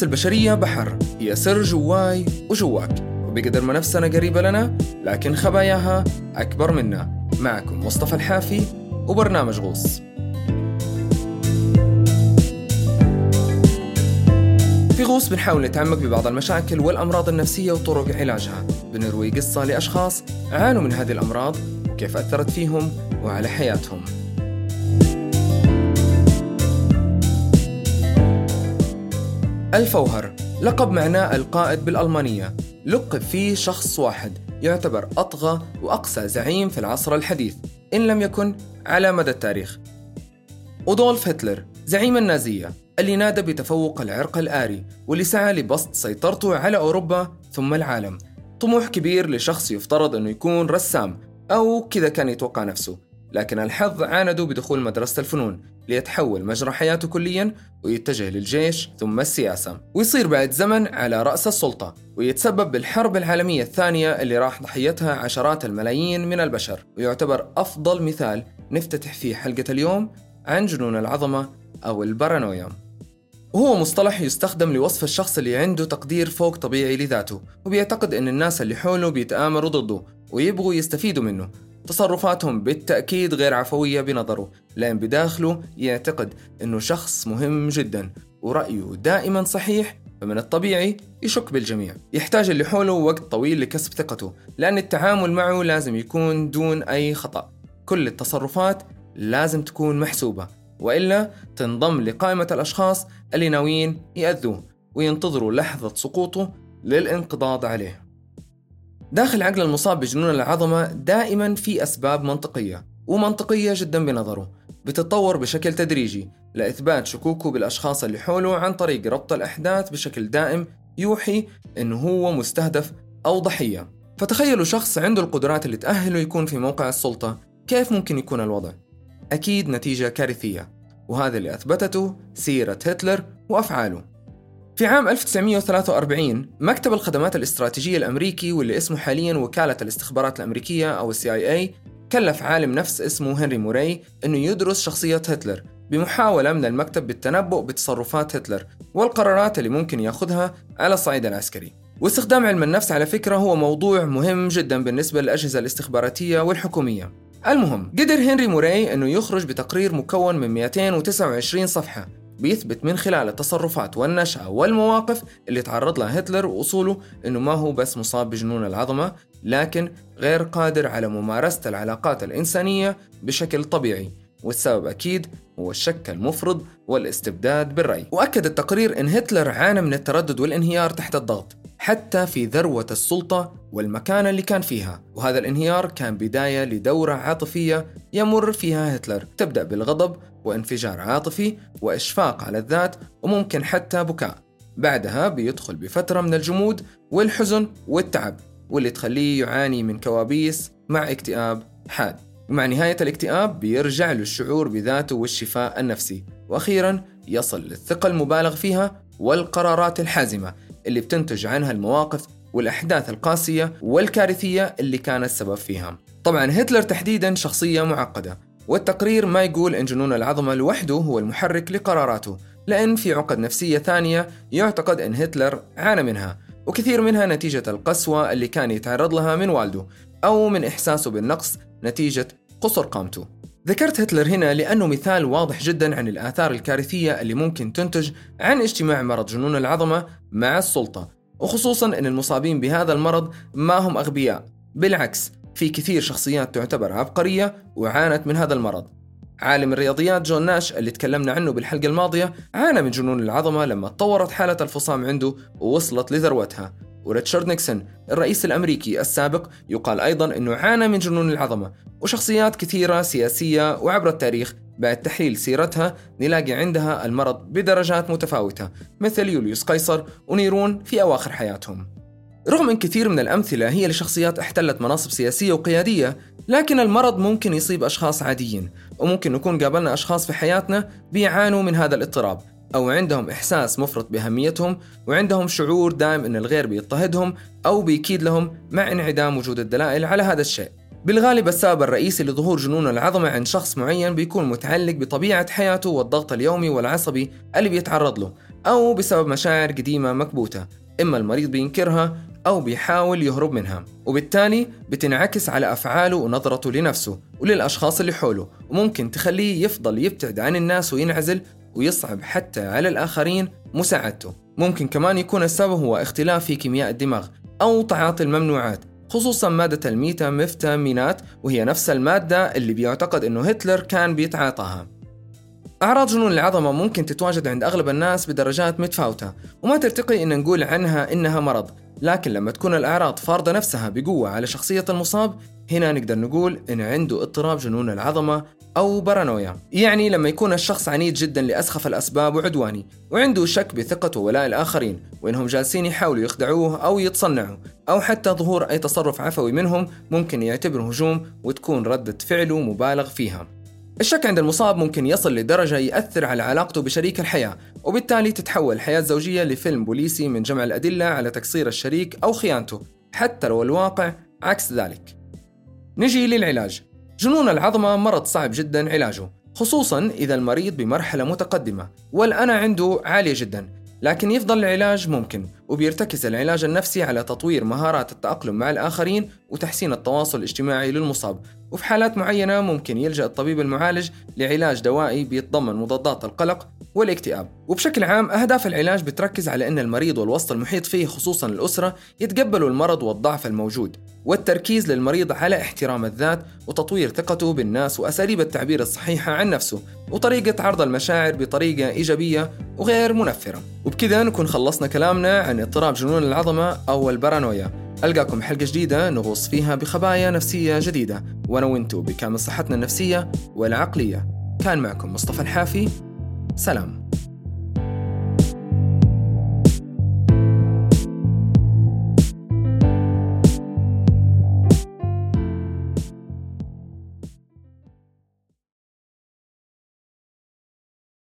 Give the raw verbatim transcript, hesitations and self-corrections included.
النفس البشرية بحر، هي سر جواي وجواك، وبقدر ما نفسنا قريبة لنا لكن خباياها أكبر منا. معكم مصطفى الحافي وبرنامج غوص. في غوص بنحاول نتعمق ببعض المشاكل والأمراض النفسية وطرق علاجها، بنروي قصة لأشخاص عانوا من هذه الأمراض وكيف أثرت فيهم وعلى حياتهم. الفوهر لقب معناه القائد بالألمانية، لقب فيه شخص واحد يعتبر أطغى وأقسى زعيم في العصر الحديث إن لم يكن على مدى التاريخ. أدولف هتلر زعيم النازية اللي نادى بتفوق العرق الآري واللي سعى لبسط سيطرته على أوروبا ثم العالم. طموح كبير لشخص يفترض أنه يكون رسام أو كذا كان يتوقع نفسه، لكن الحظ عانده بدخول مدرسة الفنون ليتحول مجرى حياته كلياً ويتجه للجيش ثم السياسة، ويصير بعد زمن على رأس السلطة ويتسبب بالحرب العالمية الثانية اللي راح ضحيتها عشرات الملايين من البشر، ويعتبر أفضل مثال نفتتح فيه حلقة اليوم عن جنون العظمة أو البارانويا. وهو مصطلح يستخدم لوصف الشخص اللي عنده تقدير فوق طبيعي لذاته وبيعتقد أن الناس اللي حوله بيتآمروا ضده ويبغوا يستفيدوا منه. تصرفاتهم بالتأكيد غير عفوية بنظره، لأن بداخله يعتقد أنه شخص مهم جدا ورأيه دائما صحيح، فمن الطبيعي يشك بالجميع. يحتاج اللي حوله وقت طويل لكسب ثقته، لأن التعامل معه لازم يكون دون أي خطأ. كل التصرفات لازم تكون محسوبة، وإلا تنضم لقائمة الأشخاص اللي ناويين يأذوه وينتظروا لحظة سقوطه للانقضاض عليه. داخل عقل المصاب بجنون العظمة دائما في أسباب منطقية ومنطقية جدا بنظره، بتتطور بشكل تدريجي لإثبات شكوكه بالأشخاص اللي حوله عن طريق ربط الأحداث بشكل دائم يوحي إنه هو مستهدف أو ضحية. فتخيلوا شخص عنده القدرات اللي تأهله يكون في موقع السلطة، كيف ممكن يكون الوضع؟ أكيد نتيجة كارثية، وهذا اللي أثبتته سيرة هتلر وأفعاله. في عام ألف وتسعمائة وثلاثة وأربعين مكتب الخدمات الاستراتيجية الأمريكي، واللي اسمه حالياً وكالة الاستخبارات الأمريكية أو السي آي إيه، كلف عالم نفس اسمه هنري موراي أنه يدرس شخصية هتلر بمحاولة من المكتب بالتنبؤ بتصرفات هتلر والقرارات اللي ممكن يأخذها على الصعيد العسكري. واستخدام علم النفس على فكرة هو موضوع مهم جداً بالنسبة للأجهزة الاستخباراتية والحكومية. المهم قدر هنري موراي أنه يخرج بتقرير مكون من مئتين وتسعة وعشرين صفحة بيثبت من خلال التصرفات والنشأة والمواقف اللي تعرض لها هتلر وأصوله أنه ما هو بس مصاب بجنون العظمة، لكن غير قادر على ممارسة العلاقات الإنسانية بشكل طبيعي، والسبب أكيد هو الشك المفرط والاستبداد بالرأي. وأكد التقرير أن هتلر عانى من التردد والانهيار تحت الضغط حتى في ذروة السلطة والمكانة اللي كان فيها، وهذا الانهيار كان بداية لدورة عاطفية يمر فيها هتلر، تبدأ بالغضب وانفجار عاطفي وإشفاق على الذات وممكن حتى بكاء. بعدها بيدخل بفترة من الجمود والحزن والتعب، واللي تخليه يعاني من كوابيس مع اكتئاب حاد. ومع نهاية الاكتئاب بيرجع له الشعور بذاته والشفاء النفسي، وأخيراً يصل للثقة المبالغ فيها والقرارات الحازمة اللي بتنتج عنها المواقف والأحداث القاسية والكارثية اللي كان السبب فيها. طبعاً هتلر تحديداً شخصية معقدة، والتقرير ما يقول إن جنون العظمة لوحده هو المحرك لقراراته، لأن في عقد نفسية ثانية يعتقد أن هتلر عانى منها، وكثير منها نتيجة القسوة اللي كان يتعرض لها من والده أو من إحساسه بالنقص نتيجة قصر قامته. ذكرت هتلر هنا لأنه مثال واضح جدا عن الآثار الكارثية اللي ممكن تنتج عن اجتماع مرض جنون العظمة مع السلطة، وخصوصا أن المصابين بهذا المرض ما هم أغبياء، بالعكس في كثير شخصيات تعتبر عبقرية وعانت من هذا المرض. عالم الرياضيات جون ناش اللي تكلمنا عنه بالحلقة الماضية عانى من جنون العظمة لما تطورت حالة الفصام عنده ووصلت لذروتها. وريتشارد نيكسون الرئيس الأمريكي السابق يقال أيضا أنه عانى من جنون العظمة، وشخصيات كثيرة سياسية وعبر التاريخ بعد تحليل سيرتها نلاقي عندها المرض بدرجات متفاوتة، مثل يوليوس قيصر ونيرون في أواخر حياتهم. رغم أن كثير من الأمثلة هي لشخصيات احتلت مناصب سياسية وقيادية، لكن المرض ممكن يصيب أشخاص عاديين، وممكن نكون قابلنا أشخاص في حياتنا بيعانوا من هذا الاضطراب، أو عندهم إحساس مفرط بأهميتهم وعندهم شعور دائم أن الغير بيضطهدهم أو بيكيد لهم مع انعدام وجود الدلائل على هذا الشيء. بالغالب السبب الرئيسي لظهور جنون العظمة عند شخص معين بيكون متعلق بطبيعة حياته والضغط اليومي والعصبي اللي بيتعرض له، أو بسبب مشاعر قديمة مكبوتة إما المريض بينكرها أو بيحاول يهرب منها، وبالتالي بتنعكس على أفعاله ونظرته لنفسه وللأشخاص اللي حوله، وممكن تخليه يفضل يبتعد عن الناس وينعزل، ويصعب حتى على الآخرين مساعدته. ممكن كمان يكون السبب هو اختلاف في كيمياء الدماغ أو تعاطي الممنوعات، خصوصاً مادة الميتاميفيتامينات، وهي نفس المادة اللي بيعتقد أنه هتلر كان بيتعاطاها. أعراض جنون العظمة ممكن تتواجد عند أغلب الناس بدرجات متفاوتة، وما ترتقي إن نقول عنها إنها مرض، لكن لما تكون الأعراض فارضة نفسها بقوة على شخصية المصاب، هنا نقدر نقول إن عنده اضطراب جنون العظمة أو بارانويا. يعني لما يكون الشخص عنيد جدا لأسخف الأسباب وعدواني، وعنده شك بثقته وولاء الآخرين، وإنهم جالسين يحاولوا يخدعوه أو يتصنعوا، أو حتى ظهور أي تصرف عفوي منهم ممكن يعتبره هجوم وتكون ردة فعله مبالغ فيها. الشك عند المصاب ممكن يصل لدرجة يأثر على علاقته بشريك الحياة، وبالتالي تتحول الحياة الزوجية لفيلم بوليسي من جمع الأدلة على تقصير الشريك أو خيانته، حتى لو الواقع عكس ذلك. نجي للعلاج. جنون العظمة مرض صعب جدا علاجه، خصوصا إذا المريض بمرحلة متقدمة والأنا عنده عالية جدا، لكن يفضل العلاج ممكن، وبيرتكز العلاج النفسي على تطوير مهارات التأقلم مع الآخرين وتحسين التواصل الاجتماعي للمصاب. وفي حالات معينة ممكن يلجأ الطبيب المعالج لعلاج دوائي بيتضمن مضادات القلق والاكتئاب. وبشكل عام أهداف العلاج بتركز على أن المريض والوسط المحيط فيه خصوصا الأسرة يتقبلوا المرض والضعف الموجود، والتركيز للمريض على احترام الذات وتطوير ثقته بالناس وأساليب التعبير الصحيحة عن نفسه وطريقة عرض المشاعر بطريقة إيجابية وغير منفرة. وبكذا نكون خلصنا كلامنا عن اضطراب جنون العظمة أو البارانويا. ألقاكم حلقة جديدة نغوص فيها بخبايا نفسية جديدة، وأنا وإنتو بكامل صحتنا النفسية والعقلية. كان معكم مصطفى الحافي، سلام.